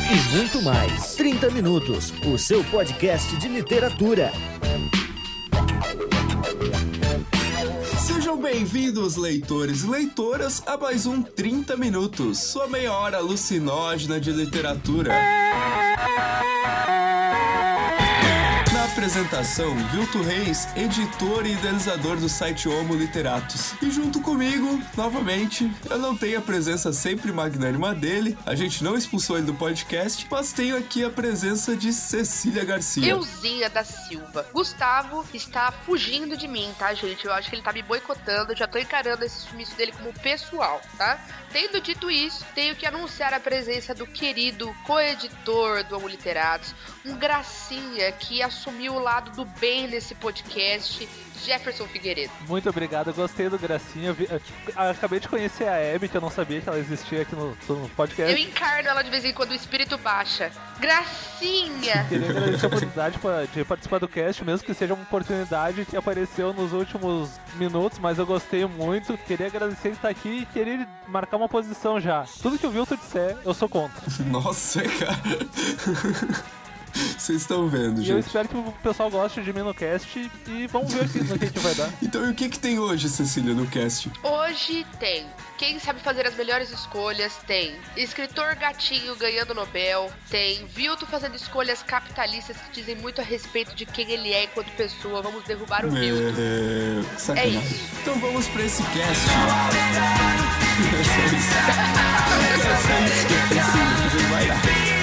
e muito mais. 30 Minutos, o seu podcast de literatura. Sejam bem-vindos, leitores e leitoras, a mais um 30 Minutos, sua meia hora alucinógena de literatura. Na apresentação, Vilto Reis, editor e idealizador do site Homo Literatus. E junto comigo, novamente, eu não tenho a presença sempre magnânima dele, a gente não expulsou ele do podcast, mas tenho aqui a presença de Cecília Garcia. Euzinha da Silva. Gustavo está fugindo de mim, tá, gente? Eu acho que ele tá me boicotando, eu já tô encarando esse sumiço dele como pessoal, tá? Tendo dito isso, tenho que anunciar a presença do querido co-editor do Homo Literatus, um gracinha que assumiu o lado do bem nesse podcast, Jefferson Figueiredo. Muito obrigado, eu gostei do gracinha. Acabei de conhecer a Abby, que eu não sabia que ela existia aqui no podcast. Eu encarno ela de vez em quando, o espírito baixa. Gracinha! Queria agradecer a oportunidade de participar do cast, mesmo que seja uma oportunidade que apareceu nos últimos minutos, mas eu gostei muito. Queria agradecer ele estar aqui e queria marcar uma posição já. Tudo que o Vilto disser, eu sou contra. Nossa, cara. Vocês estão vendo, gente. E eu espero que o pessoal goste de mim no cast e vamos ver aqui no que vai dar. Então, e o que tem hoje, Cecília, no cast? Hoje tem Quem Sabe Fazer as Melhores Escolhas, tem Escritor Gatinho ganhando Nobel, tem Vilto fazendo escolhas capitalistas que dizem muito a respeito de quem ele é enquanto pessoa. Vamos derrubar o Vilto. Sacanagem. É isso. Então vamos pra esse cast. Vai lá.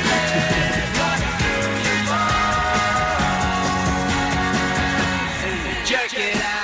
Check it out.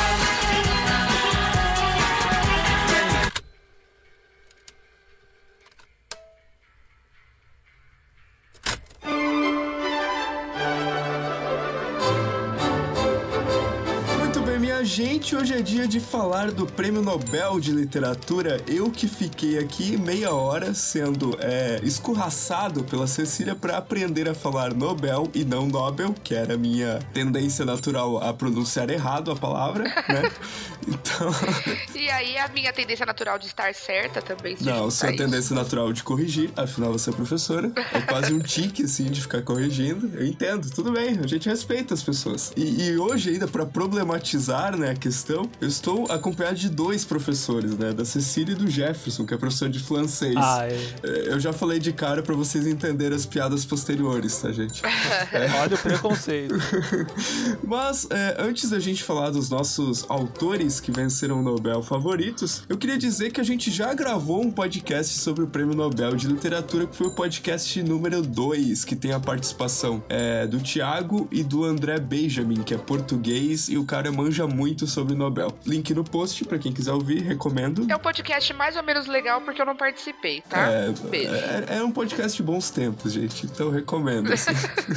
Gente, hoje é dia de falar do Prêmio Nobel de Literatura. Eu que fiquei aqui meia hora sendo escorraçado pela Cecília para aprender a falar Nobel e não Nobel, que era a minha tendência natural a pronunciar errado a palavra, né? Então... E aí a minha tendência natural de estar certa também. Não, sua tendência natural de corrigir, afinal você é professora. É quase um tique, assim, de ficar corrigindo. Eu entendo, tudo bem, a gente respeita as pessoas. E hoje ainda, para problematizar, né, a questão, eu estou acompanhado de dois professores, né, da Cecília e do Jefferson, que é professor de francês. Eu já falei de cara para vocês entenderem as piadas posteriores, tá, gente? Olha o preconceito. Mas, antes da gente falar dos nossos autores que venceram o Nobel favoritos, eu queria dizer que a gente já gravou um podcast sobre o Prêmio Nobel de Literatura, que foi o podcast número 2, que tem a participação do Thiago e do André Benjamin, que é português, e o cara manja muito sobre o Nobel. Link no post, pra quem quiser ouvir, recomendo. É um podcast mais ou menos legal porque eu não participei, tá? Beijo. É um podcast de bons tempos, gente, então recomendo, assim.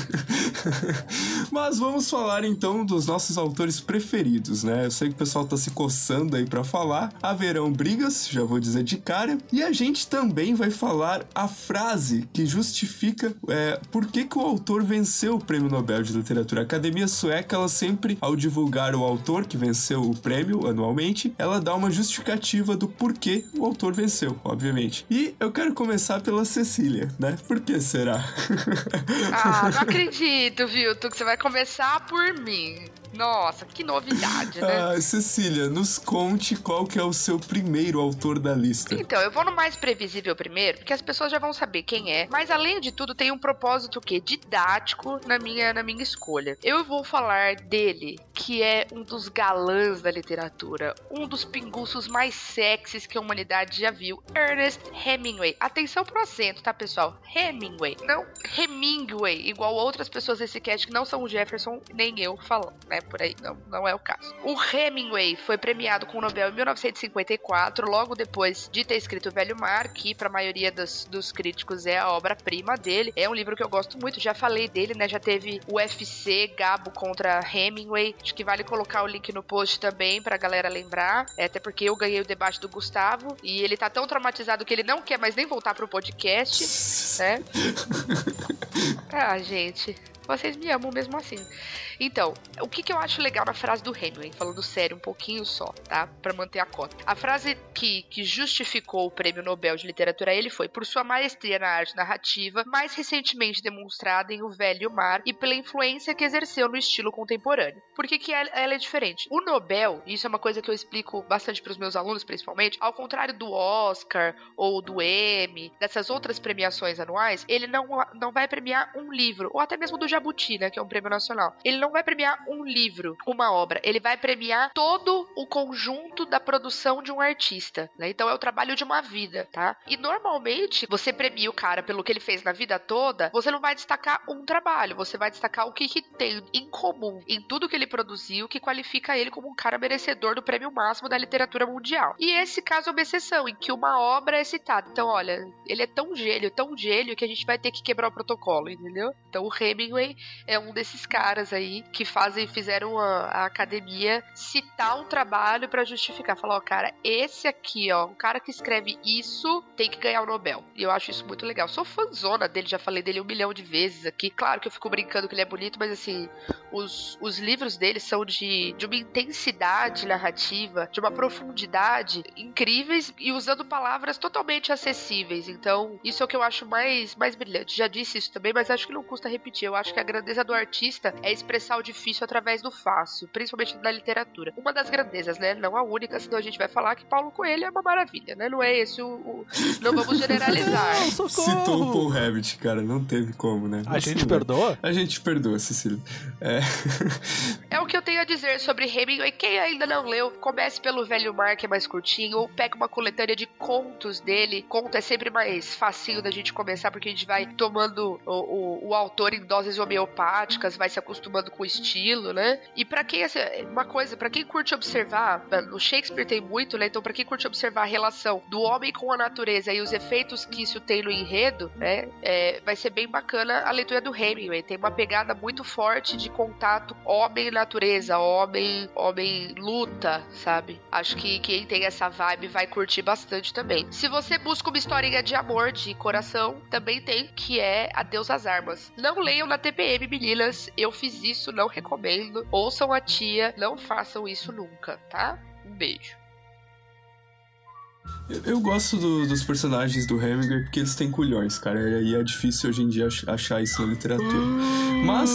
Mas vamos falar, então, dos nossos autores preferidos, né? Eu sei que o pessoal tá se coçando aí pra falar. Haverão brigas, já vou dizer de cara, e a gente também vai falar a frase que justifica por que o autor venceu o Prêmio Nobel de Literatura. A Academia Sueca, ela sempre, ao divulgar o autor que venceu o prêmio anualmente, ela dá uma justificativa do porquê o autor venceu, obviamente. E eu quero começar pela Cecília, né? Por que será? Não acredito, Vilto, que você vai começar por mim. Nossa, que novidade, né? Cecília, nos conte qual que é o seu primeiro autor da lista. Então, eu vou no mais previsível primeiro, porque as pessoas já vão saber quem é. Mas, além de tudo, tem um propósito que didático na minha escolha. Eu vou falar dele, que é um dos galãs da literatura, um dos pinguços mais sexys que a humanidade já viu, Ernest Hemingway. Atenção pro acento, tá, pessoal? Hemingway, não Hemingway, igual outras pessoas desse cast que não são o Jefferson nem eu falando, né? Por aí, não é o caso. O Hemingway foi premiado com o Nobel em 1954, logo depois de ter escrito O Velho Mar, que pra maioria dos críticos é a obra-prima dele. É um livro que eu gosto muito, já falei dele, né? Já teve o UFC Gabo contra Hemingway. Acho que vale colocar o link no post também pra galera lembrar, até porque eu ganhei o debate do Gustavo e ele tá tão traumatizado que ele não quer mais nem voltar pro podcast, né? Gente... vocês me amam mesmo assim. Então, o que eu acho legal na frase do Hemingway, falando sério um pouquinho só, tá? Pra manter a cota. A frase que justificou o Prêmio Nobel de Literatura a ele foi: por sua maestria na arte narrativa, mais recentemente demonstrada em O Velho e o Mar, e pela influência que exerceu no estilo contemporâneo. Por que ela é diferente? O Nobel, e isso é uma coisa que eu explico bastante pros meus alunos, principalmente, ao contrário do Oscar ou do Emmy, dessas outras premiações anuais, ele não vai premiar um livro, ou até mesmo do Jabuti, né, que é um prêmio nacional. Ele não vai premiar um livro, uma obra, ele vai premiar todo o conjunto da produção de um artista, né? Então é o trabalho de uma vida, tá? E normalmente, você premia o cara pelo que ele fez na vida toda, você não vai destacar um trabalho, você vai destacar o que tem em comum em tudo que ele produziu, que qualifica ele como um cara merecedor do prêmio máximo da literatura mundial. E esse caso é uma exceção, em que uma obra é citada. Então, olha, ele é tão gênio, que a gente vai ter que quebrar o protocolo, entendeu? Então o Hemingway é um desses caras aí que fizeram a academia citar um trabalho pra justificar. Falar, ó, cara, esse aqui, ó, o cara que escreve isso tem que ganhar o Nobel. E eu acho isso muito legal. Sou fãzona dele, já falei dele 1 milhão de vezes aqui. Claro que eu fico brincando que ele é bonito, mas assim, os livros dele são de uma intensidade narrativa, de uma profundidade incríveis e usando palavras totalmente acessíveis. Então, isso é o que eu acho mais brilhante. Já disse isso também, mas acho que não custa repetir. Eu acho que a grandeza do artista é expressar o difícil através do fácil, principalmente na literatura. Uma das grandezas, né? Não a única, senão a gente vai falar que Paulo Coelho é uma maravilha, né? Não é esse não vamos generalizar. Não, citou o Paul Rabbit, cara, não teve como, né? A gente perdoa? A gente perdoa, Cecília. É o que eu tenho a dizer sobre Hemingway. Quem ainda não leu, comece pelo Velho Mar, que é mais curtinho, ou pega uma coletânea de contos dele. Conto é sempre mais facinho da gente começar, porque a gente vai tomando o autor em doses homeopáticas, vai se acostumando com o estilo, né? E pra quem, assim, uma coisa, pra quem curte observar, no Shakespeare tem muito, né? Então pra quem curte observar a relação do homem com a natureza e os efeitos que isso tem no enredo, né? Vai ser bem bacana a leitura do Hemingway. Tem uma pegada muito forte de contato homem-natureza, homem-luta, sabe? Acho que quem tem essa vibe vai curtir bastante também. Se você busca uma historinha de amor, de coração, também tem, que é Adeus às Armas. Não leiam na TPM, meninas. Eu fiz isso, não recomendo. Ouçam a tia, não façam isso nunca, tá? Um beijo. Eu gosto dos personagens do Hemingway porque eles têm culhões, cara. E é difícil hoje em dia achar isso na literatura. Mas...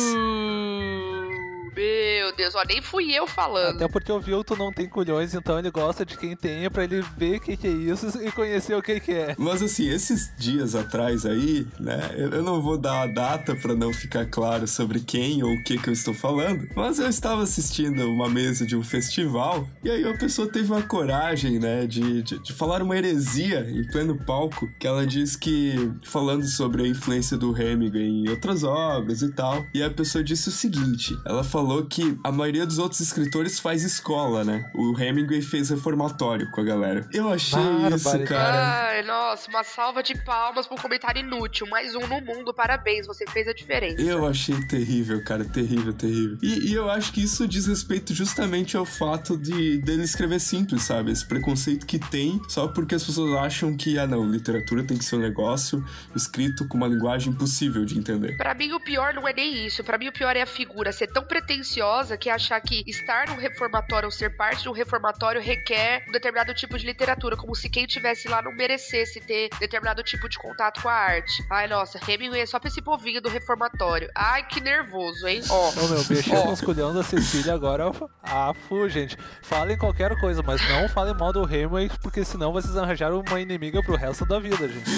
Meu Deus, ó, nem fui eu falando. Até porque o Vilto não tem culhões, então ele gosta de quem tem pra ele ver o que é isso e conhecer o que é. Mas assim, esses dias atrás aí, né, eu não vou dar a data pra não ficar claro sobre quem ou o que eu estou falando, mas eu estava assistindo uma mesa de um festival e aí a pessoa teve uma coragem, né, de falar uma heresia em pleno palco, que ela diz que, falando sobre a influência do Hemingway em outras obras e tal, e a pessoa disse o seguinte, ela falou que a maioria dos outros escritores faz escola, né? O Hemingway fez reformatório com a galera. Eu achei isso, cara. Ai, nossa, uma salva de palmas por um comentário inútil. Mais um no mundo, parabéns, você fez a diferença. Eu achei terrível, cara, terrível. E eu acho que isso diz respeito justamente ao fato dele escrever simples, sabe? Esse preconceito que tem só porque as pessoas acham que, não, literatura tem que ser um negócio escrito com uma linguagem impossível de entender. Pra mim, o pior não é nem isso. Pra mim, o pior é a figura ser tão pretensiosa que achar que estar num reformatório ou ser parte de um reformatório requer um determinado tipo de literatura, como se quem estivesse lá não merecesse ter determinado tipo de contato com a arte. Ai, nossa, Hemingway é só pra esse povinho do reformatório. Ai, que nervoso, hein? Ô, meu, mexendo nos culhão da Cecília agora, gente. Falem qualquer coisa, mas não falem mal do Hemingway, porque senão vocês arranjaram uma inimiga pro resto da vida, gente.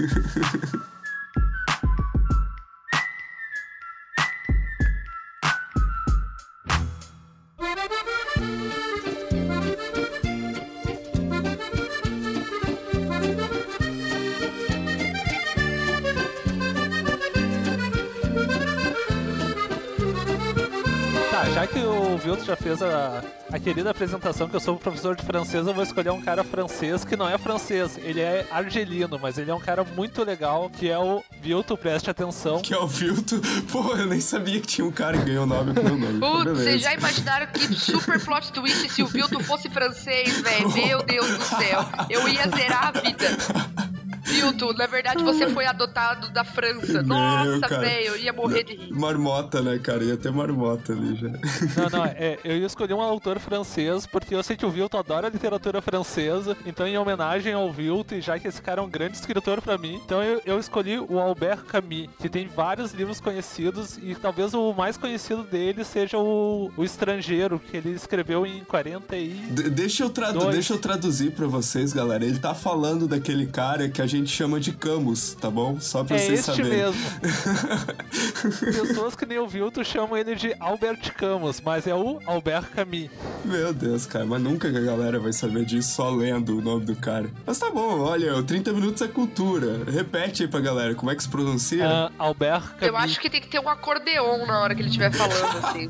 Já que o Vilto já fez a querida apresentação que eu sou professor de francês, eu vou escolher um cara francês que não é francês, ele é argelino, mas ele é um cara muito legal, que é o Vilto, preste atenção. Que é o Vilto? Pô, eu nem sabia que tinha um cara que ganhou o nome com o meu nome. Putz, vocês já imaginaram que super plot twist se o Vilto fosse francês, velho? Meu Deus do céu, eu ia zerar a vida. Vilto, na verdade você foi adotado da França. Nossa, velho, eu ia morrer de rir. Marmota, né, cara? Ia ter marmota ali já. Não, eu ia escolher um autor francês, porque eu sei que o Vilto adora literatura francesa, então em homenagem ao Vilto, e já que esse cara é um grande escritor pra mim, então eu escolhi o Albert Camus, que tem vários livros conhecidos, e talvez o mais conhecido dele seja o Estrangeiro, que ele escreveu em 40 e... Deixa eu traduzir pra vocês, galera. Ele tá falando daquele cara que a gente chama de Camus, tá bom? Só pra vocês saberem. É este mesmo. Pessoas que nem o Vilto chamam ele de Albert Camus, mas é o Albert Camus. Meu Deus, cara, mas nunca que a galera vai saber disso só lendo o nome do cara. Mas tá bom, olha, o 30 minutos é cultura. Repete aí pra galera, como é que se pronuncia? Albert Camus. Eu acho que tem que ter um acordeon na hora que ele estiver falando, assim.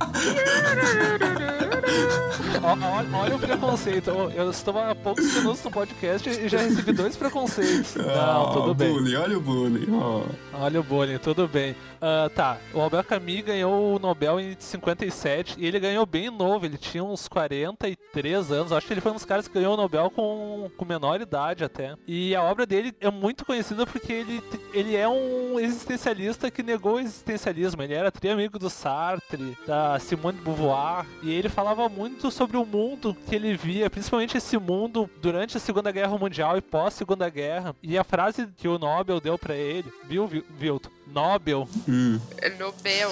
Olha o preconceito. Eu estou há poucos minutos no podcast e já recebi 2 preconceitos. Não, tudo bem. Bullying, olha o bullying. Olha o bullying, tudo bem. Tá, o Albert Camus ganhou o Nobel em 57 e ele ganhou bem novo, ele tinha uns 43 anos. Acho que ele foi um dos caras que ganhou o Nobel com menor idade até. E a obra dele é muito conhecida porque ele é um existencialista que negou o existencialismo. Ele era tri-amigo do Sartre, da Simone de Beauvoir, e ele falava muito sobre o mundo que ele via, principalmente esse mundo durante a Segunda Guerra Mundial e pós-Segunda Guerra. E a frase que o Nobel deu pra ele, viu, Vilto? Nobel. Nobel.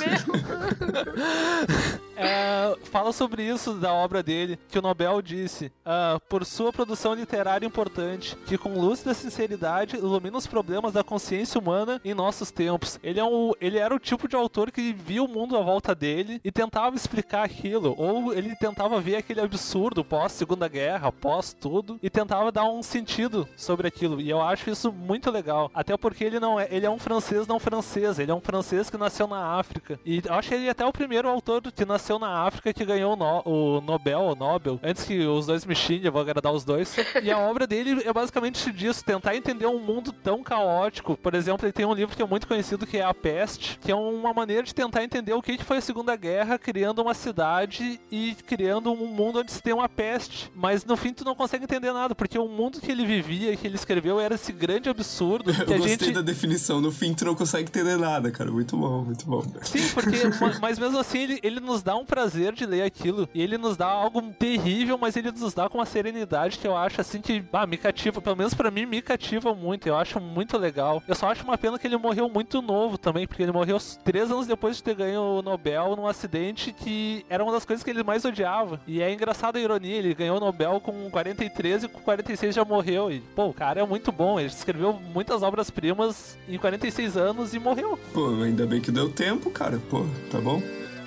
Fala sobre isso da obra dele, que o Nobel disse, por sua produção literária importante, que com lúcida sinceridade ilumina os problemas da consciência humana em nossos tempos. Ele era o tipo de autor que via o mundo à volta dele e tentava explicar aquilo, ou ele tentava ver aquele absurdo pós-Segunda Guerra, pós tudo, e tentava dar um sentido sobre aquilo. E eu acho isso muito legal, até porque ele é um francês não francês, ele é um francês que nasceu na África. E eu acho que ele é até o primeiro autor que nasceu na África que ganhou o Nobel, antes que os dois me xinguem, eu vou agradar os dois. E a obra dele é basicamente disso, tentar entender um mundo tão caótico. Por exemplo, ele tem um livro que é muito conhecido, que é A Peste, que é uma maneira de tentar entender o que foi a Segunda Guerra, criando uma cidade e criando um mundo onde se tem uma peste. Mas no fim tu não consegue entender nada, porque o mundo que ele vivia, que ele escreveu, era esse grande absurdo. Que eu gostei da definição, no fim tu não consegue entender nada, cara. Muito bom, muito bom. Sim, porque, mas mesmo assim ele nos dá um prazer de ler aquilo, e ele nos dá algo terrível, mas ele nos dá com uma serenidade que eu acho assim que, me cativa, pelo menos pra mim me cativa muito, eu acho muito legal. Eu só acho uma pena que ele morreu muito novo também, porque ele morreu 3 anos depois de ter ganho o Nobel num acidente que era uma das coisas que ele mais odiava. E é engraçada a ironia, ele ganhou o Nobel com 43 e com 46 já morreu. E, o cara é muito bom, ele escreveu muitas obras-primas em 46 anos e morreu. Ainda bem que deu tempo, cara. Tá bom?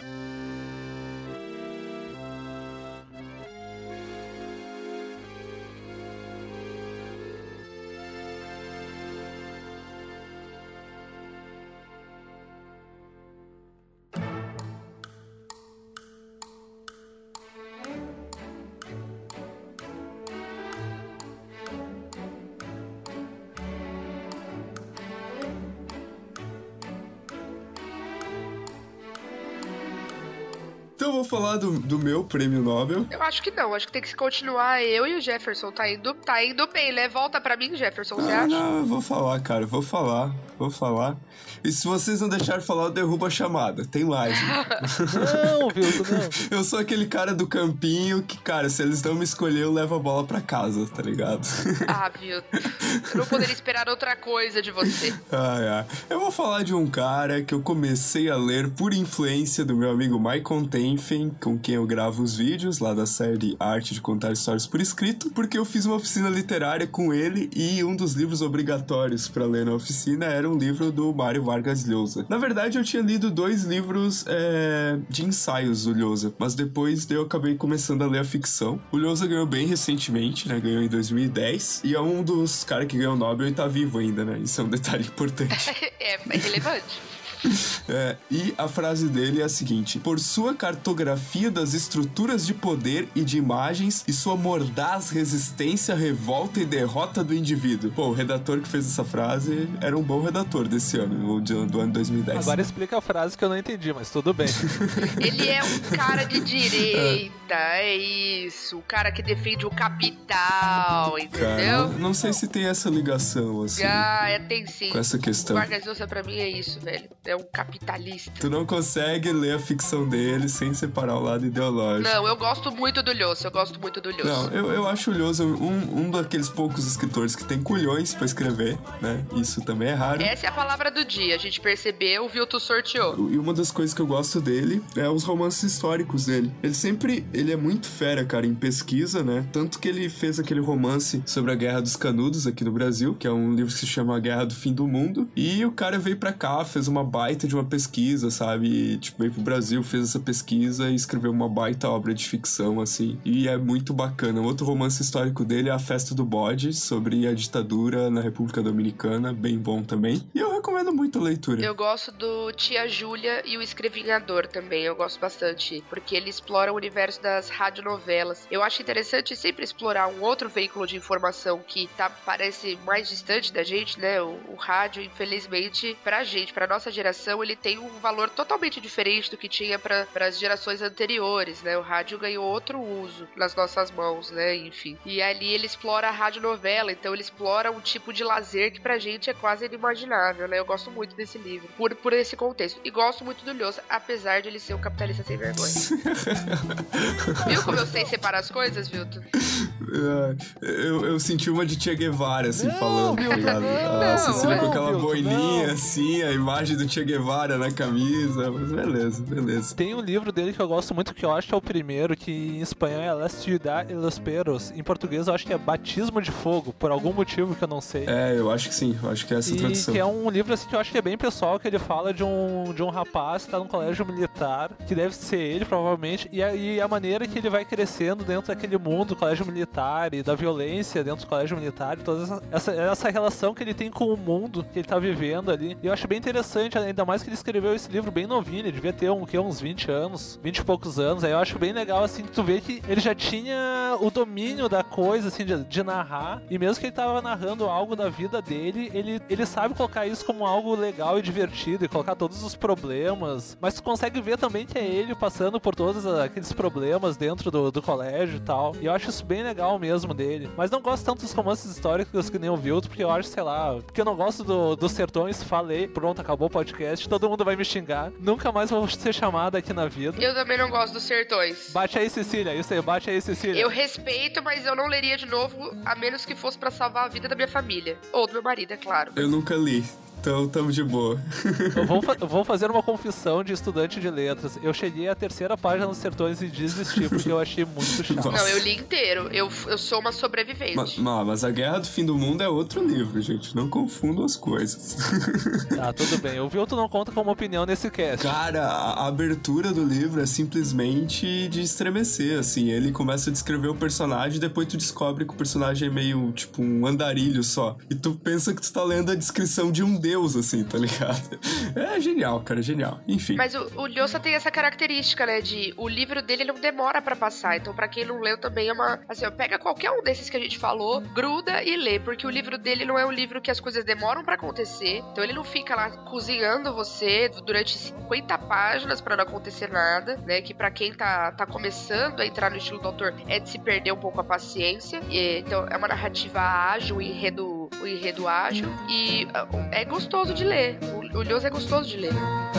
Então eu vou falar do meu prêmio Nobel. Eu acho que não, acho que tem que continuar eu e o Jefferson. Tá indo bem, né? Volta pra mim, Jefferson, você acha? Não, eu vou falar, cara, vou falar. E se vocês não deixarem falar, eu derrubo a chamada. Tem live. Não, Vilto, não. Eu sou aquele cara do campinho que, cara, se eles não me escolher, eu levo a bola pra casa, tá ligado? Vilto. Eu não poderia esperar outra coisa de você. Eu vou falar de um cara que eu comecei a ler por influência do meu amigo Michael Tenfen, com quem eu gravo os vídeos lá da série Arte de Contar Histórias por Escrito, porque eu fiz uma oficina literária com ele e um dos livros obrigatórios pra ler na oficina era um livro do Mário Vargas Llosa. Na verdade, eu tinha lido 2 livros de ensaios do Llosa, mas depois eu acabei começando a ler a ficção. O Llosa ganhou bem recentemente, né? Ganhou em 2010, e é um dos caras que ganhou o Nobel e tá vivo ainda, né? Isso é um detalhe importante. É relevante. E a frase dele é a seguinte: por sua cartografia das estruturas de poder e de imagens e sua mordaz resistência, revolta e derrota do indivíduo. Pô, o redator que fez essa frase era um bom redator desse ano, do ano 2010. Agora explica a frase que eu não entendi, mas tudo bem. Ele é um cara de direita, é isso. O cara que defende o capital, entendeu? Cara, não sei se tem essa ligação, assim. Tem sim. Com essa questão. O Vargas Llosa pra mim é isso, velho. É um capitalista. Tu não consegue ler a ficção dele sem separar o lado ideológico. Não, eu gosto muito do Llosa, Não, eu acho o Llosa um daqueles poucos escritores que tem culhões pra escrever, né? Isso também é raro. Essa é a palavra do dia, a gente percebeu, o Vilto sorteou. E uma das coisas que eu gosto dele é os romances históricos dele. Ele é muito fera, cara, em pesquisa, né? Tanto que ele fez aquele romance sobre a Guerra dos Canudos aqui no Brasil, que é um livro que se chama A Guerra do Fim do Mundo. E o cara veio pra cá, fez uma baita de uma pesquisa, sabe? E, tipo, veio pro Brasil, fez essa pesquisa e escreveu uma baita obra de ficção, assim. E é muito bacana. Outro romance histórico dele é A Festa do Bode, sobre a ditadura na República Dominicana, bem bom também. E eu recomendo muito a leitura. Eu gosto do Tia Júlia e o Escrevinhador também, eu gosto bastante, porque ele explora o universo das radionovelas. Eu acho interessante sempre explorar um outro veículo de informação que parece mais distante da gente, né? O rádio, infelizmente, pra gente, pra nossa geração, ele tem um valor totalmente diferente do que tinha para as gerações anteriores, né? O rádio ganhou outro uso nas nossas mãos, né? Enfim. E ali ele explora a radionovela, então ele explora um tipo de lazer que pra gente é quase inimaginável, né? Eu gosto muito desse livro, por esse contexto. E gosto muito do Llosa, apesar de ele ser um capitalista sem vergonha. Viu como eu sei separar as coisas, Vilto? Eu senti uma de Che Guevara, assim, falando, tá ligado? A Cecília com aquela boininha, assim, a imagem do Che Guevara na camisa. Mas beleza. Tem um livro dele que eu gosto muito, que eu acho que é o primeiro, que em espanhol é La Ciudad y los Perros. Em português eu acho que é Batismo de Fogo, por algum motivo que eu não sei. Eu acho que sim, eu acho que é essa tradução. Que é um livro, assim, que eu acho que é bem pessoal, que ele fala de um rapaz que tá num colégio militar, que deve ser ele, provavelmente, e a maneira que ele vai crescendo dentro daquele mundo do colégio militar e da violência dentro do colégio militar, e toda essa relação que ele tem com o mundo que ele tá vivendo ali. E eu acho bem interessante, ainda mais que ele escreveu esse livro bem novinho, ele devia ter uns 20 anos, 20 e poucos anos. Aí eu acho bem legal, assim, que tu vê que ele já tinha o domínio da coisa, assim, de narrar, e mesmo que ele tava narrando algo da vida dele, ele sabe colocar isso como algo legal e divertido, e colocar todos os problemas, mas tu consegue ver também que é ele passando por todos aqueles problemas dentro do colégio e tal, e eu acho isso bem legal mesmo dele. Mas não gosto tanto dos romances históricos que nem o Vilto, porque eu acho, sei lá, porque eu não gosto dos Sertões. Falei, pronto, acabou o podcast, todo mundo vai me xingar, nunca mais vou ser chamado aqui na vida. Eu também não gosto dos Sertões. Bate aí, Cecília, isso aí, bate aí, Cecília. Eu respeito, mas eu não leria de novo, a menos que fosse pra salvar a vida da minha família, ou do meu marido, é claro. Eu nunca li. Então, tamo de boa. Eu vou fazer uma confissão de estudante de letras. Eu cheguei à 3ª página dos Sertões e desisti, porque eu achei muito chato. Nossa. Não, eu li inteiro. Eu sou uma sobrevivente. Mas A Guerra do Fim do Mundo é outro livro, gente. Não confundam as coisas. Tá, tudo bem. O Vilto não conta como opinião nesse cast. Cara, a abertura do livro é simplesmente de estremecer, assim. Ele começa a descrever o personagem e depois tu descobre que o personagem é meio, tipo, um andarilho só. E tu pensa que tu tá lendo a descrição de um deus, assim, tá ligado? É genial, cara, genial. Enfim. Mas o Llosa tem essa característica, né, o livro dele não demora pra passar, então pra quem não leu também é uma... Assim, pega qualquer um desses que a gente falou, gruda e lê, porque o livro dele não é um livro que as coisas demoram pra acontecer, então ele não fica lá cozinhando você durante 50 páginas pra não acontecer nada, né, que pra quem tá começando a entrar no estilo do autor é de se perder um pouco a paciência, então é uma narrativa ágil, o enredo ágil, e é gostoso de ler. O Llosa é gostoso de ler.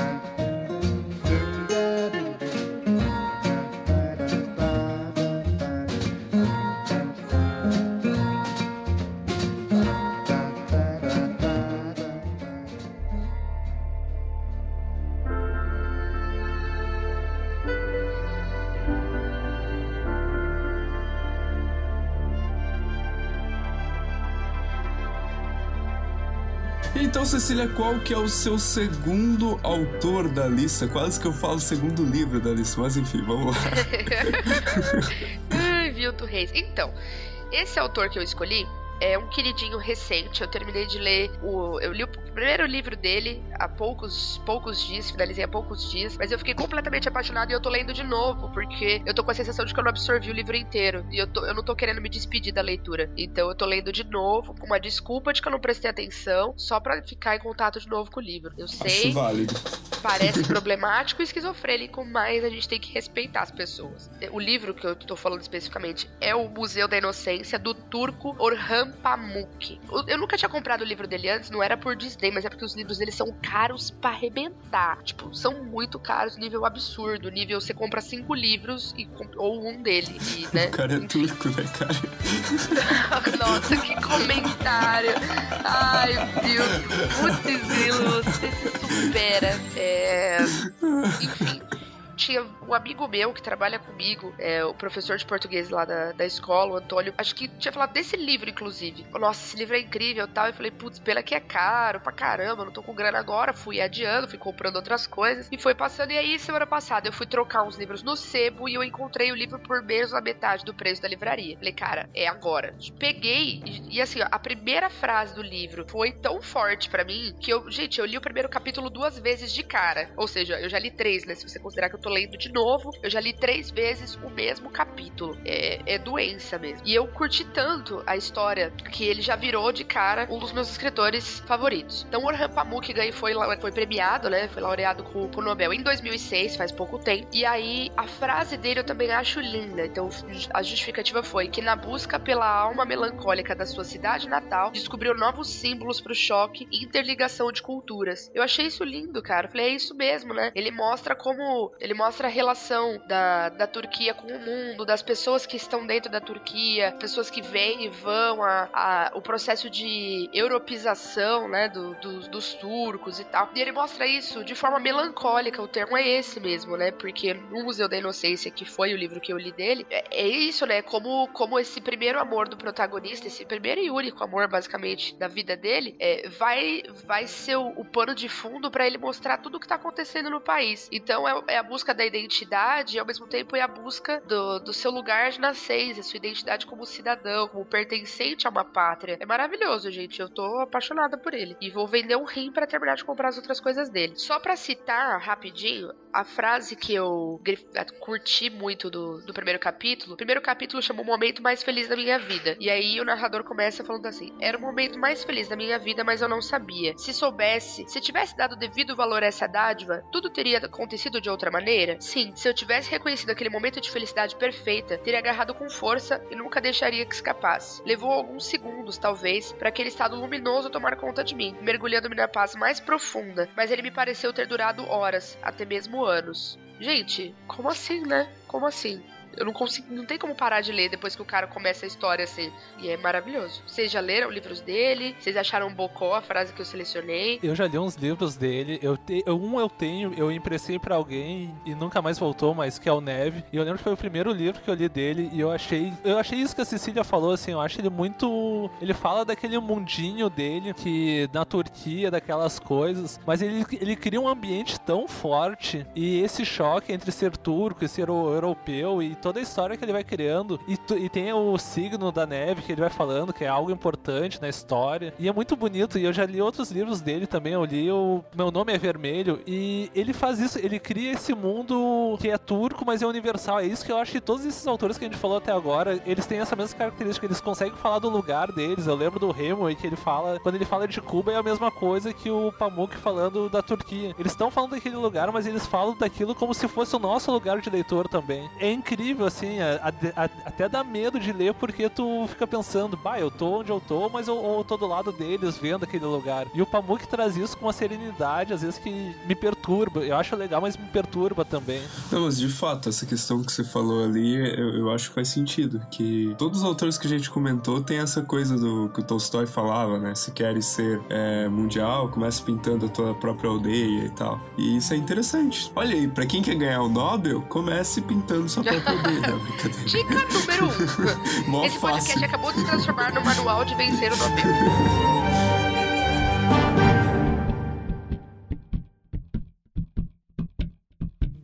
Então, Cecília, qual que é o seu segundo autor da lista? Quase que eu falo segundo livro da lista, mas enfim, vamos lá. Ai, Vilto Reis. Então, esse autor que eu escolhi, é um queridinho recente. Eu terminei de ler eu li o primeiro livro dele há poucos dias, finalizei há poucos dias, mas eu fiquei completamente apaixonado e eu tô lendo de novo, porque eu tô com a sensação de que eu não absorvi o livro inteiro e eu não tô querendo me despedir da leitura. Então eu tô lendo de novo, com uma desculpa de que eu não prestei atenção, só pra ficar em contato de novo com o livro. Eu sei, acho válido. Parece problemático e esquizofrênico, mas a gente tem que respeitar as pessoas. O livro que eu tô falando especificamente é o Museu da Inocência, do turco Orhan Pamuk. Eu nunca tinha comprado o livro dele antes, não era por desdém, mas é porque os livros dele são caros pra arrebentar. Tipo, são muito caros, nível absurdo. Nível, você compra 5 livros ou um dele. E, né? O cara é turco, né, cara? Nossa, que comentário. Ai, Deus. Putz, grilo, você se supera. Enfim. Tinha um amigo meu que trabalha comigo, o professor de português lá da escola, o Antônio, acho que tinha falado desse livro, inclusive. Nossa, esse livro é incrível e tal. Eu falei, putz, pena que é caro pra caramba, não tô com grana agora. Fui adiando, fui comprando outras coisas e foi passando. E aí, semana passada, eu fui trocar uns livros no sebo e eu encontrei o livro por menos da metade do preço da livraria. Falei, cara, é agora. Peguei e assim, ó, a primeira frase do livro foi tão forte pra mim que eu li o primeiro capítulo 2 vezes de cara. Ou seja, eu já li 3, né? Se você considerar que eu tô lendo de novo, eu já li 3 vezes o mesmo capítulo. É doença mesmo. E eu curti tanto a história que ele já virou de cara um dos meus escritores favoritos. Então, Orhan Pamuk foi premiado, né? Foi laureado com o Nobel em 2006, faz pouco tempo. E aí, a frase dele eu também acho linda. Então, a justificativa foi que na busca pela alma melancólica da sua cidade natal, descobriu novos símbolos pro choque e interligação de culturas. Eu achei isso lindo, cara. Eu falei, é isso mesmo, né? Ele mostra a relação da Turquia com o mundo, das pessoas que estão dentro da Turquia, pessoas que vêm e vão, o processo de europeização, né, dos turcos e tal. E ele mostra isso de forma melancólica, o termo é esse mesmo, né, porque no Museu da Inocência, que foi o livro que eu li dele, é isso, né, como esse primeiro amor do protagonista, esse primeiro e único amor, basicamente, da vida dele, vai ser o pano de fundo pra ele mostrar tudo o que tá acontecendo no país. Então é a busca da identidade e ao mesmo tempo é a busca do seu lugar de nascença, sua identidade como cidadão, como pertencente a uma pátria. É maravilhoso, gente. Eu tô apaixonada por ele. E vou vender um rim pra terminar de comprar as outras coisas dele. Só pra citar rapidinho a frase que eu curti muito do primeiro capítulo. O primeiro capítulo chama O Momento Mais Feliz da Minha Vida. E aí o narrador começa falando assim: era o momento mais feliz da minha vida, mas eu não sabia. Se tivesse dado devido valor a essa dádiva, tudo teria acontecido de outra maneira? Sim, se eu tivesse reconhecido aquele momento de felicidade perfeita, teria agarrado com força e nunca deixaria que escapasse. Levou alguns segundos, talvez, para aquele estado luminoso tomar conta de mim, mergulhando-me na paz mais profunda, mas ele me pareceu ter durado horas, até mesmo anos. Gente, como assim, né? Como assim? Eu não tem como parar de ler depois que o cara começa a história assim. E é maravilhoso. Vocês já leram livros dele? Vocês acharam bocó a frase que eu selecionei? Eu já li uns livros dele. Eu emprestei pra alguém e nunca mais voltou, mas que é o Neve. E eu lembro que foi o primeiro livro que eu li dele e eu achei isso que a Cecília falou, assim, eu acho ele muito... Ele fala daquele mundinho dele, que na Turquia, daquelas coisas, mas ele cria um ambiente tão forte e esse choque entre ser turco e ser europeu e toda a história que ele vai criando e tem o signo da neve que ele vai falando, que é algo importante na história, e é muito bonito. E eu já li outros livros dele também. Eu li o Meu Nome é Vermelho e ele faz isso, ele cria esse mundo que é turco, mas é universal. É isso que eu acho que todos esses autores que a gente falou até agora, eles têm essa mesma característica, eles conseguem falar do lugar deles. Eu lembro do Hemingway, que ele fala, quando ele fala de Cuba, é a mesma coisa que o Pamuk falando da Turquia. Eles estão falando daquele lugar, mas eles falam daquilo como se fosse o nosso lugar de leitor também. É incrível, assim, até dá medo de ler, porque tu fica pensando, eu tô onde eu tô, mas eu tô do lado deles, vendo aquele lugar. E o Pamuk traz isso com uma serenidade, às vezes, que me perturba. Eu acho legal, mas me perturba também. Não, mas de fato, essa questão que você falou ali, eu acho que faz sentido, que todos os autores que a gente comentou tem essa coisa do que o Tolstói falava, né? Se queres ser mundial, comece pintando a tua própria aldeia e tal. E isso é interessante. Olha aí, pra quem quer ganhar o Nobel, comece pintando sua própria aldeia. Dica número 1. Esse podcast acabou de se transformar no manual de vencer o Nobel.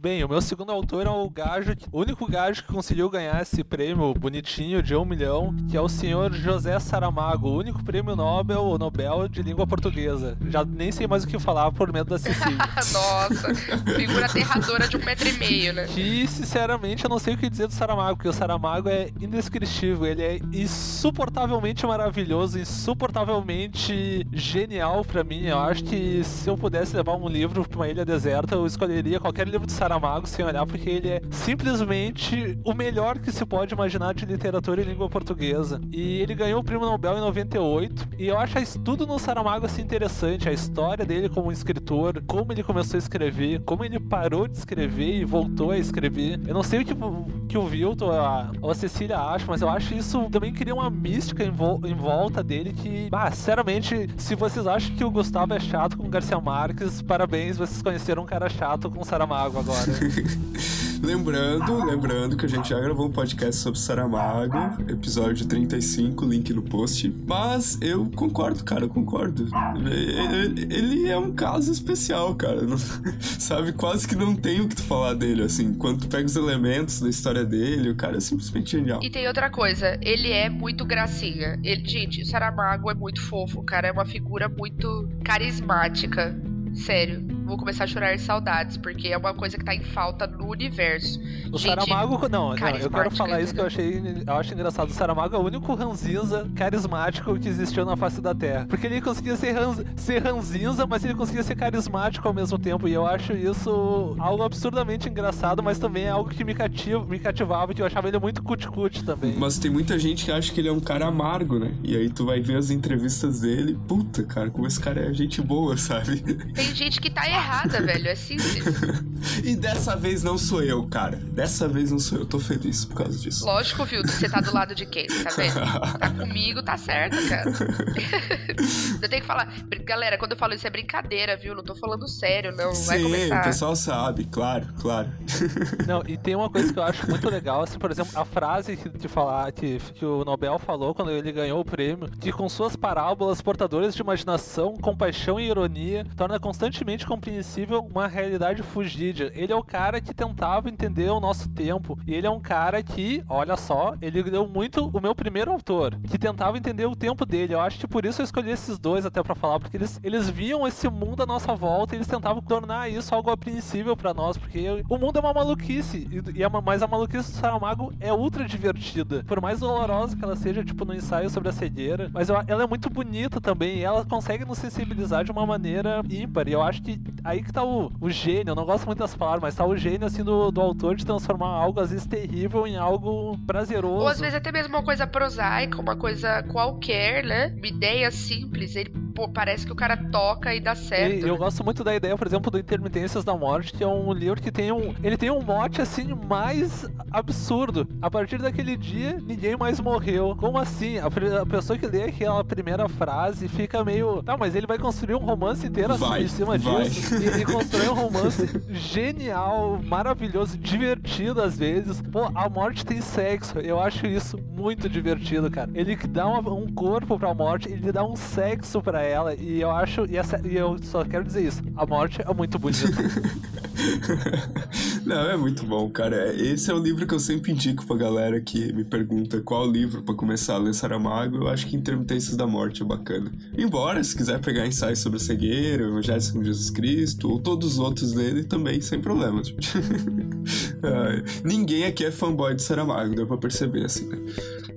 Bem, o meu segundo autor é o único gajo que conseguiu ganhar esse prêmio bonitinho de 1 milhão, que é o senhor José Saramago, o único prêmio Nobel de língua portuguesa. Já nem sei mais o que falar por medo da Cecília. Nossa, figura aterradora de 1,5 metro, né? Que, sinceramente, eu não sei o que dizer do Saramago, porque o Saramago é indescritível, ele é insuportavelmente maravilhoso, insuportavelmente genial pra mim. Eu acho que se eu pudesse levar um livro pra uma ilha deserta, eu escolheria qualquer livro do Saramago sem olhar, porque ele é simplesmente o melhor que se pode imaginar de literatura em língua portuguesa. E ele ganhou o prêmio Nobel em 98, e eu acho tudo no Saramago assim interessante, a história dele como escritor, como ele começou a escrever, como ele parou de escrever e voltou a escrever. Eu não sei o que o Vilton ou a Cecília acham, mas eu acho isso também cria uma mística em volta dele que, sinceramente, se vocês acham que o Gustavo é chato com Garcia Marques, parabéns, vocês conheceram um cara chato com Saramago agora. Lembrando que a gente já gravou um podcast sobre Saramago, episódio 35, link no post. Mas eu concordo, cara, eu concordo. Ele é um caso especial, cara. Não, sabe, quase que não tem o que tu falar dele, assim. Quando tu pega os elementos da história dele, o cara é simplesmente genial. E tem outra coisa, ele é muito gracinha. Gente, o Saramago é muito fofo, o cara é uma figura muito carismática. Sério, vou começar a chorar de saudades, porque é uma coisa que tá em falta no universo. O Saramago, não, eu quero falar isso que eu acho engraçado. O Saramago é o único ranzinza carismático que existiu na face da Terra. Porque ele conseguia ser ranzinza, mas ele conseguia ser carismático ao mesmo tempo. E eu acho isso algo absurdamente engraçado, mas também é algo que me cativava, que eu achava ele muito cuti-cuti também. Mas tem muita gente que acha que ele é um cara amargo, né? E aí tu vai ver as entrevistas dele, puta, cara, como esse cara é gente boa, sabe? Tem gente que tá errada, velho, é simples. E dessa vez não sou eu, cara. Dessa vez não sou eu, tô feliz por causa disso. Lógico, viu, você tá do lado de quem, tá vendo? Tá comigo, tá certo, cara. Eu tenho que falar, galera, quando eu falo isso é brincadeira, viu? Não tô falando sério, não. Sim, vai começar. O pessoal sabe, claro. Não, e tem uma coisa que eu acho muito legal, assim, por exemplo, a frase que o Nobel falou quando ele ganhou o prêmio, que com suas parábolas portadoras de imaginação, compaixão e ironia, torna constantemente compreensível uma realidade fugida. Ele é o cara que tentava entender o nosso tempo, e ele é um cara que, olha só, ele deu muito o meu primeiro autor, que tentava entender o tempo dele. Eu acho que por isso eu escolhi esses dois até pra falar, porque eles viam esse mundo à nossa volta e eles tentavam tornar isso algo apreensível pra nós, porque o mundo é uma maluquice, mas a maluquice do Saramago é ultra divertida, por mais dolorosa que ela seja, tipo no ensaio sobre a cegueira, mas ela é muito bonita também, e ela consegue nos sensibilizar de uma maneira ímpar, e eu acho que aí que tá o gênio, eu não gosto muito das palavras, mas tá o gênio assim do autor de transformar algo às vezes terrível em algo prazeroso. Ou às vezes até mesmo uma coisa prosaica, uma coisa qualquer, né? Uma ideia simples, ele parece que o cara toca e dá certo. E eu gosto muito da ideia, por exemplo, do Intermitências da Morte, que é um livro que tem um mote assim mais absurdo. A partir daquele dia, ninguém mais morreu. Como assim? A pessoa que lê aquela primeira frase fica meio... Tá, mas ele vai construir um romance inteiro assim em cima disso. E ele constrói um romance genial, maravilhoso, divertido às vezes. Pô, a morte tem sexo. Eu acho isso muito divertido, cara. Ele dá um corpo pra morte, ele dá um sexo pra ela. E eu acho... E eu só quero dizer isso. A morte é muito bonita. Não, é muito bom, cara. Esse é o livro que eu sempre indico pra galera que me pergunta qual livro pra começar a ler Saramago. Eu acho que Intermitências da Morte é bacana. Embora, se quiser pegar ensaios sobre a cegueira, o Evangelho segundo Jesus Cristo, ou todos os outros dele, também sem problemas. Ninguém aqui é fanboy de Saramago, deu pra perceber, assim, né?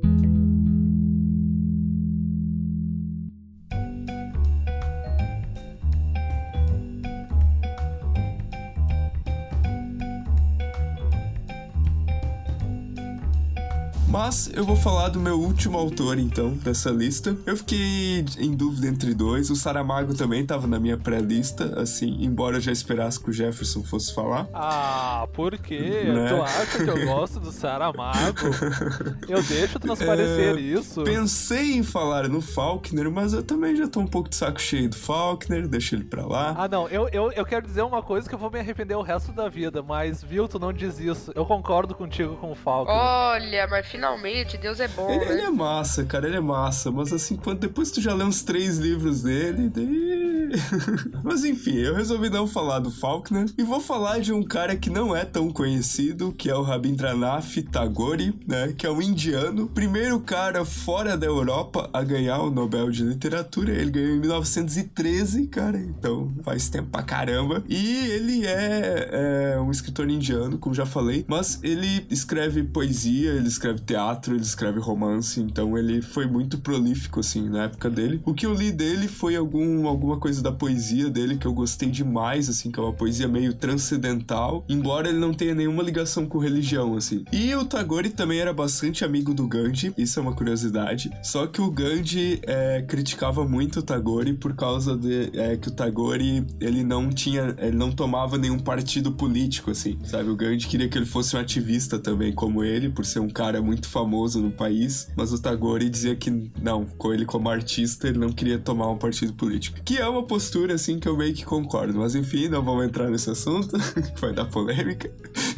Mas eu vou falar do meu último autor, então, dessa lista. Eu fiquei em dúvida entre dois. O Saramago também tava na minha pré-lista, assim, embora eu já esperasse que o Jefferson fosse falar. Ah, por quê? Né? Tu acha que eu gosto do Saramago? Eu deixo transparecer isso. Pensei em falar no Faulkner, mas eu também já tô um pouco de saco cheio do Faulkner, deixa ele pra lá. Ah, não, eu quero dizer uma coisa que eu vou me arrepender o resto da vida, mas, viu, tu não diz isso. Eu concordo contigo com o Faulkner. Olha, mas finalmente, Deus é bom, ele é massa, cara, ele é massa, mas assim, depois tu já lê uns 3 livros dele, daí Mas enfim, eu resolvi não falar do Faulkner e vou falar de um cara que não é tão conhecido, que é o Rabindranath Tagore, né? Que é um indiano. Primeiro cara fora da Europa a ganhar o Nobel de Literatura. Ele ganhou em 1913, cara. Então faz tempo pra caramba. E ele é um escritor indiano, como já falei. Mas ele escreve poesia, ele escreve teatro, ele escreve romance. Então ele foi muito prolífico, assim, na época dele. O que eu li dele foi alguma coisa da poesia dele que eu gostei demais, assim, que é uma poesia meio transcendental, embora ele não tenha nenhuma ligação com religião, assim. E o Tagore também era bastante amigo do Gandhi, isso é uma curiosidade. Só que o Gandhi criticava muito o Tagore por causa de que o Tagore, ele não tomava nenhum partido político, assim, sabe? O Gandhi queria que ele fosse um ativista também, como ele, por ser um cara muito famoso no país, mas o Tagore dizia que não, com ele como artista, ele não queria tomar um partido político. Que é uma postura, assim, que eu meio que concordo. Mas enfim, não vamos entrar nesse assunto, que vai dar polêmica.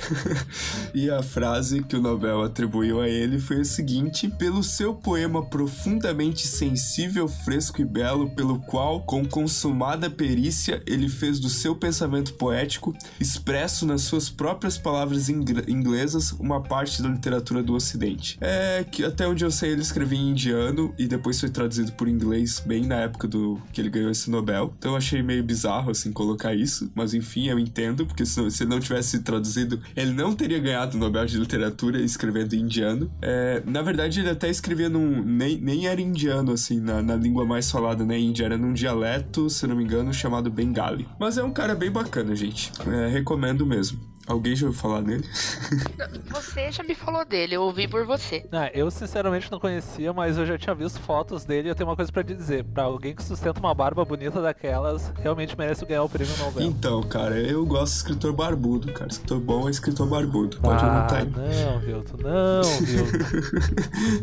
E a frase que o Nobel atribuiu a ele foi a seguinte: pelo seu poema profundamente sensível, fresco e belo, pelo qual, com consumada perícia, ele fez do seu pensamento poético, expresso nas suas próprias palavras inglesas, uma parte da literatura do Ocidente. Que até onde eu sei ele escrevia em indiano e depois foi traduzido por inglês bem na época que ele ganhou esse Nobel. Então eu achei meio bizarro, assim, colocar isso, mas enfim, eu entendo, porque se ele não tivesse traduzido, ele não teria ganhado o Nobel de Literatura escrevendo em indiano. Na verdade, ele até escrevia nem era indiano, assim, na língua mais falada na Índia, era num dialeto, se não me engano, chamado Bengali. Mas é um cara bem bacana, gente. Recomendo mesmo. Alguém já ouviu falar nele? Você já me falou dele, eu ouvi por você. Eu sinceramente não conhecia, mas eu já tinha visto fotos dele e eu tenho uma coisa pra dizer. Pra alguém que sustenta uma barba bonita daquelas, realmente merece ganhar o prêmio Nobel. Então, cara, eu gosto de escritor barbudo, cara. Escritor bom é escritor barbudo. Pode anotar aí. Não, Vilton, não, Vilton.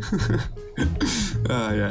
Ai.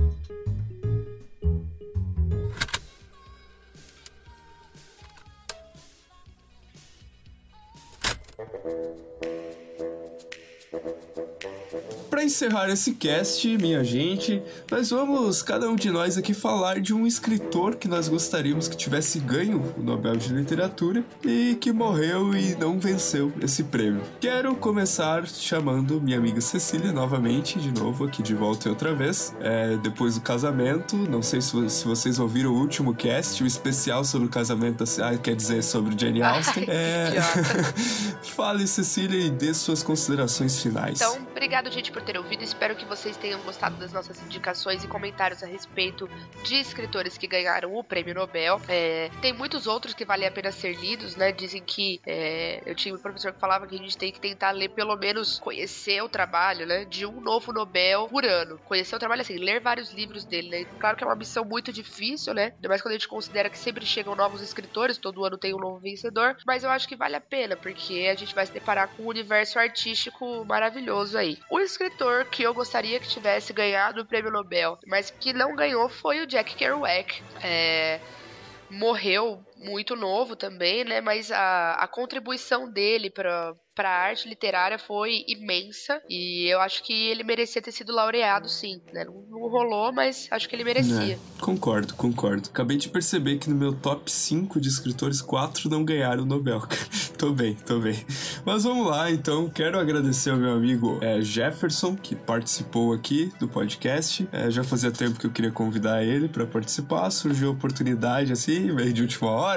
Para encerrar esse cast, minha gente, nós vamos, cada um de nós aqui, falar de um escritor que nós gostaríamos que tivesse ganho o Nobel de Literatura e que morreu e não venceu esse prêmio. Quero começar chamando minha amiga Cecília novamente, de novo, aqui de volta e outra vez, depois do casamento. Não sei se vocês ouviram o último cast, o especial sobre o casamento, quer dizer, sobre Jane Austen. Fale, Cecília, e dê suas considerações finais. Então, obrigado, gente, por ter ouvido. Espero que vocês tenham gostado das nossas indicações e comentários a respeito de escritores que ganharam o prêmio Nobel. Tem muitos outros que valem a pena ser lidos, né? Dizem que eu tinha um professor que falava que a gente tem que tentar ler, pelo menos conhecer o trabalho, né, de um novo Nobel por ano. Conhecer o trabalho, assim, ler vários livros dele, né? Claro que é uma missão muito difícil, né? Ainda mais quando a gente considera que sempre chegam novos escritores, todo ano tem um novo vencedor, mas eu acho que vale a pena, porque a gente vai se deparar com um universo artístico maravilhoso aí. O escritor que eu gostaria que tivesse ganhado o prêmio Nobel, mas que não ganhou, foi o Jack Kerouac. Morreu muito novo também, né? Mas a contribuição dele para a arte literária foi imensa e eu acho que ele merecia ter sido laureado, sim, né? Não rolou, mas acho que ele merecia. Concordo. Acabei de perceber que no meu top 5 de escritores, 4 não ganharam o Nobel. Tô bem. Mas vamos lá, então. Quero agradecer ao meu amigo Jefferson, que participou aqui do podcast. Já fazia tempo que eu queria convidar ele para participar. Surgiu a oportunidade, assim, meio de última hora.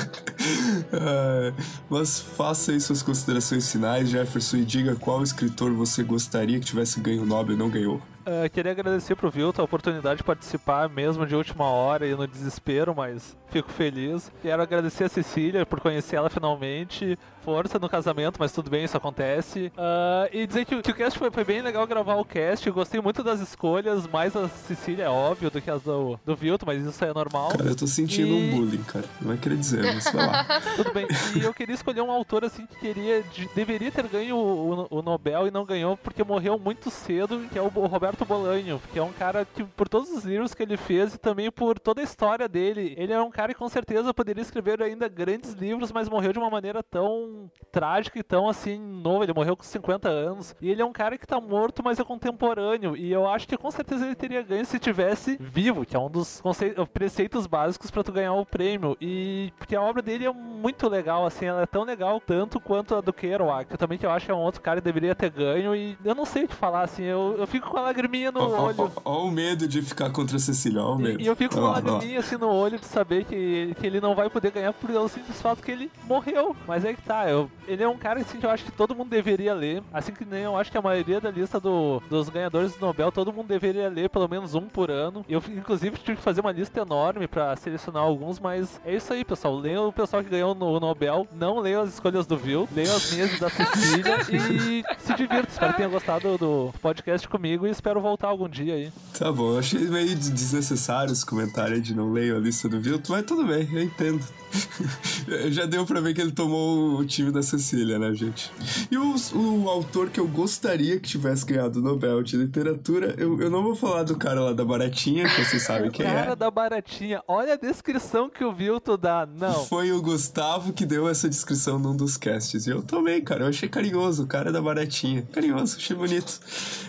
Mas faça aí suas considerações finais, Jefferson, e diga qual escritor você gostaria que tivesse ganho o Nobel e não ganhou. Queria agradecer pro Vilton a oportunidade de participar mesmo de última hora e no desespero, mas fico feliz. Quero agradecer a Cecília por conhecer ela finalmente. Força no casamento, mas tudo bem, isso acontece. E dizer que o cast foi bem legal gravar o cast. Eu gostei muito das escolhas, mais a Cecília, é óbvio, do que as do Vilton, mas isso é normal. Cara, eu tô sentindo um bullying, cara. Não vai querer dizer, mas sei lá. Tudo bem. E eu queria escolher um autor assim que deveria ter ganho o Nobel e não ganhou porque morreu muito cedo, que é o Roberto Roberto Bolanho, que é um cara que, por todos os livros que ele fez e também por toda a história dele, ele é um cara que com certeza poderia escrever ainda grandes livros, mas morreu de uma maneira tão trágica e tão assim, novo. Ele morreu com 50 anos. E ele é um cara que tá morto, mas é contemporâneo. E eu acho que com certeza ele teria ganho se tivesse vivo, que é um dos preceitos básicos pra tu ganhar o prêmio. E porque a obra dele é muito legal, assim, ela é tão legal tanto quanto a do Kerouac, que eu acho que é um outro cara que deveria ter ganho. E eu não sei o que falar, assim, eu fico com a lagriminha no olho. Ó o medo de ficar contra a Cecília, ó o medo. E eu fico com a lagriminha assim no olho de saber que ele não vai poder ganhar por o simples fato que ele morreu. Mas é que tá, ele é um cara assim que eu acho que todo mundo deveria ler, assim que nem eu acho que a maioria da lista dos ganhadores do Nobel, todo mundo deveria ler pelo menos um por ano. Eu, inclusive, tive que fazer uma lista enorme pra selecionar alguns, mas é isso aí, pessoal. Leiam o pessoal que ganhou no Nobel, não leiam as escolhas do Will, leiam as minhas e da Cecília e se divirtam. Espero que tenham gostado do podcast comigo e espero voltar algum dia aí. Tá bom, eu achei meio desnecessário esse comentário de não ler a lista do Vilto, mas tudo bem, eu entendo. Já deu pra ver que ele tomou o time da Cecília, né, gente? E o autor que eu gostaria que tivesse ganhado o Nobel de Literatura, eu não vou falar do cara lá da Baratinha, que vocês sabem quem é. O cara da Baratinha, olha a descrição que o Vilto dá, não. Foi o Gustavo que deu essa descrição num dos casts, e eu também, cara, eu achei carinhoso, o cara da Baratinha. Carinhoso, achei bonito.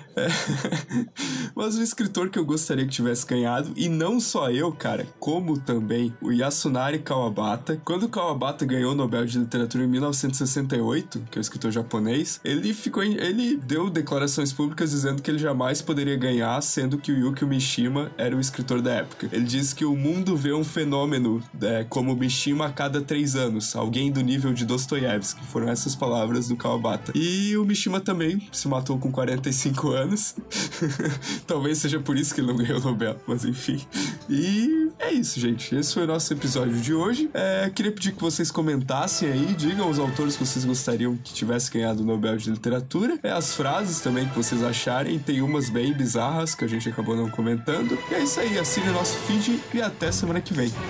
Mas o escritor que eu gostaria que tivesse ganhado, e não só eu, cara, como também o Yasunari Kawabata. Quando o Kawabata ganhou o Nobel de Literatura em 1968, que é um escritor japonês, ele deu declarações públicas dizendo que ele jamais poderia ganhar, sendo que o Yukio Mishima era o escritor da época. Ele disse que o mundo vê um fenômeno como Mishima a cada 3 anos, alguém do nível de Dostoiévski. Foram essas palavras do Kawabata. E o Mishima também se matou com 45 anos. Talvez seja por isso que ele não ganhou o Nobel, mas enfim. E é isso, gente. Esse foi o nosso episódio de hoje. Queria pedir que vocês comentassem aí, digam os autores que vocês gostariam que tivesse ganhado o Nobel de Literatura. As frases também que vocês acharem. Tem umas bem bizarras que a gente acabou não comentando. E é isso aí. Assine o nosso feed e até semana que vem.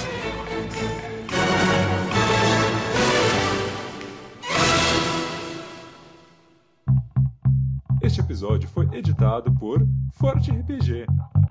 Este episódio foi editado por Forte RPG.